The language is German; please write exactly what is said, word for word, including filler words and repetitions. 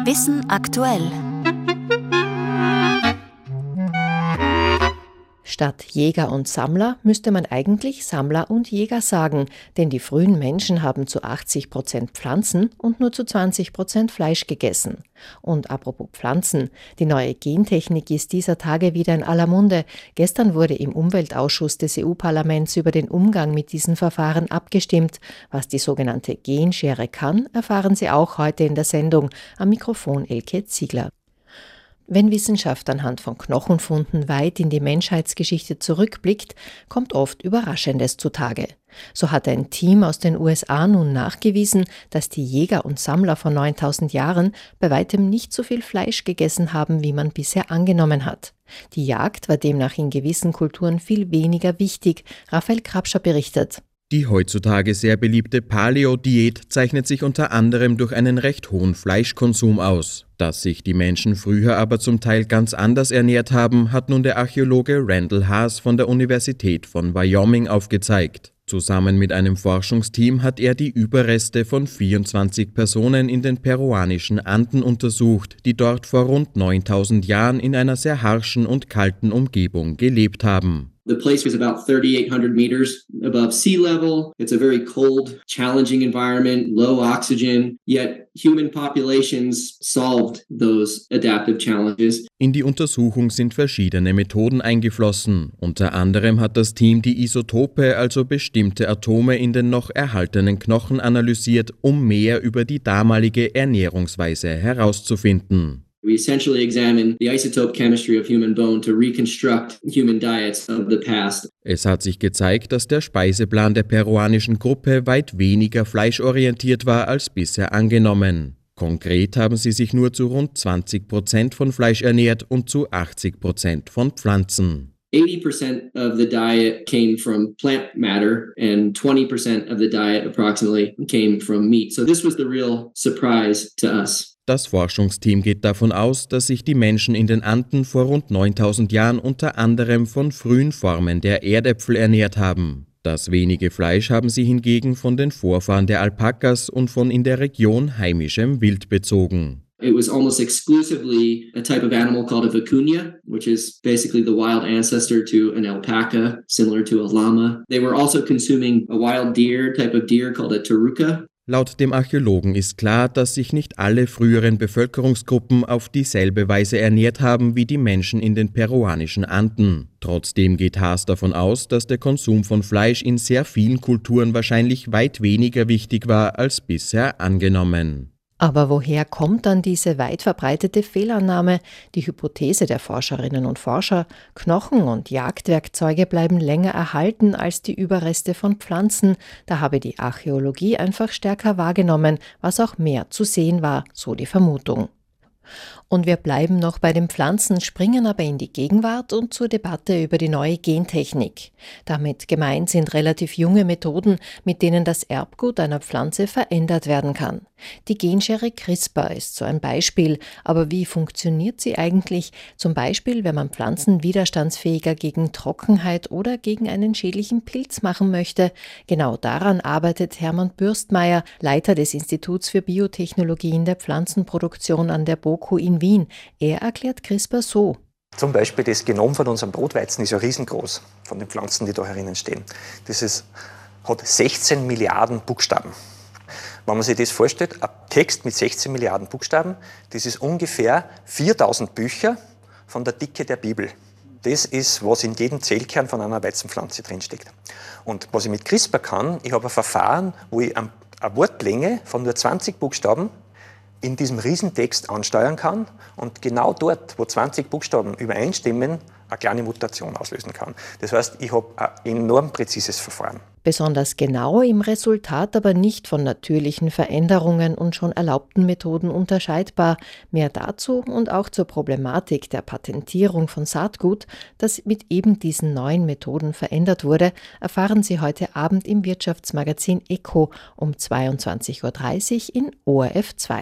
Wissen aktuell. Statt Jäger und Sammler müsste man eigentlich Sammler und Jäger sagen, denn die frühen Menschen haben zu achtzig Prozent Pflanzen und nur zu zwanzig Prozent Fleisch gegessen. Und apropos Pflanzen, die neue Gentechnik ist dieser Tage wieder in aller Munde. Gestern wurde im Umweltausschuss des E U-Parlaments über den Umgang mit diesen Verfahren abgestimmt. Was die sogenannte Genschere kann, erfahren Sie auch heute in der Sendung. Am Mikrofon Elke Ziegler. Wenn Wissenschaft anhand von Knochenfunden weit in die Menschheitsgeschichte zurückblickt, kommt oft Überraschendes zutage. So hat ein Team aus den U S A nun nachgewiesen, dass die Jäger und Sammler vor neuntausend Jahren bei weitem nicht so viel Fleisch gegessen haben, wie man bisher angenommen hat. Die Jagd war demnach in gewissen Kulturen viel weniger wichtig. Raphael Krapscher berichtet. Die heutzutage sehr beliebte Paleo-Diät zeichnet sich unter anderem durch einen recht hohen Fleischkonsum aus. Dass sich die Menschen früher aber zum Teil ganz anders ernährt haben, hat nun der Archäologe Randall Haas von der Universität von Wyoming aufgezeigt. Zusammen mit einem Forschungsteam hat er die Überreste von vierundzwanzig Personen in den peruanischen Anden untersucht, die dort vor rund neuntausend Jahren in einer sehr harschen und kalten Umgebung gelebt haben. The place was about thirty-eight hundred meters above sea level. It's a very cold, challenging environment, low oxygen, yet human populations solved those adaptive challenges. In die Untersuchung sind verschiedene Methoden eingeflossen. Unter anderem hat das Team die Isotope, also bestimmte Atome in den noch erhaltenen Knochen analysiert, um mehr über die damalige Ernährungsweise herauszufinden. We essentially examine the isotope chemistry of human bone to reconstruct human diets of the past. Es hat sich gezeigt, dass der Speiseplan der peruanischen Gruppe weit weniger fleischorientiert war als bisher angenommen. Konkret haben sie sich nur zu rund zwanzig Prozent von Fleisch ernährt und zu achtzig Prozent von Pflanzen. eighty percent of the diet came from plant matter and twenty percent of the diet approximately came from meat. So this was the real surprise to us. Das Forschungsteam geht davon aus, dass sich die Menschen in den Anden vor rund neuntausend Jahren unter anderem von frühen Formen der Erdäpfel ernährt haben. Das wenige Fleisch haben sie hingegen von den Vorfahren der Alpakas und von in der Region heimischem Wild bezogen. It was almost exclusively a type of animal called a vicuña, which is basically the wild ancestor to an alpaca, similar to a llama. They were also consuming a wild deer type of deer called a taruca. Laut dem Archäologen ist klar, dass sich nicht alle früheren Bevölkerungsgruppen auf dieselbe Weise ernährt haben wie die Menschen in den peruanischen Anden. Trotzdem geht Haas davon aus, dass der Konsum von Fleisch in sehr vielen Kulturen wahrscheinlich weit weniger wichtig war als bisher angenommen. Aber woher kommt dann diese weit verbreitete Fehlannahme? Die Hypothese der Forscherinnen und Forscher: Knochen und Jagdwerkzeuge bleiben länger erhalten als die Überreste von Pflanzen. Da habe die Archäologie einfach stärker wahrgenommen, was auch mehr zu sehen war, so die Vermutung. Und wir bleiben noch bei den Pflanzen, springen aber in die Gegenwart und zur Debatte über die neue Gentechnik. Damit gemeint sind relativ junge Methoden, mit denen das Erbgut einer Pflanze verändert werden kann. Die Genschere CRISPR ist so ein Beispiel, aber wie funktioniert sie eigentlich? Zum Beispiel, wenn man Pflanzen widerstandsfähiger gegen Trockenheit oder gegen einen schädlichen Pilz machen möchte. Genau daran arbeitet Hermann Bürstmeier, Leiter des Instituts für Biotechnologie in der Pflanzenproduktion an der BOKU in Wien. Er erklärt CRISPR so. Zum Beispiel das Genom von unserem Brotweizen ist ja riesengroß, von den Pflanzen, die da herinnen stehen. Das ist, hat sechzehn Milliarden Buchstaben. Wenn man sich das vorstellt, ein Text mit sechzehn Milliarden Buchstaben, das ist ungefähr viertausend Bücher von der Dicke der Bibel. Das ist, was in jedem Zellkern von einer Weizenpflanze drinsteckt. Und was ich mit CRISPR kann, ich habe ein Verfahren, wo ich eine Wortlänge von nur zwanzig Buchstaben in diesem Riesentext ansteuern kann und genau dort, wo zwanzig Buchstaben übereinstimmen, eine kleine Mutation auslösen kann. Das heißt, ich habe ein enorm präzises Verfahren. Besonders genau im Resultat, aber nicht von natürlichen Veränderungen und schon erlaubten Methoden unterscheidbar. Mehr dazu und auch zur Problematik der Patentierung von Saatgut, das mit eben diesen neuen Methoden verändert wurde, erfahren Sie heute Abend im Wirtschaftsmagazin Echo um zweiundzwanzig Uhr dreißig in O R F zwei.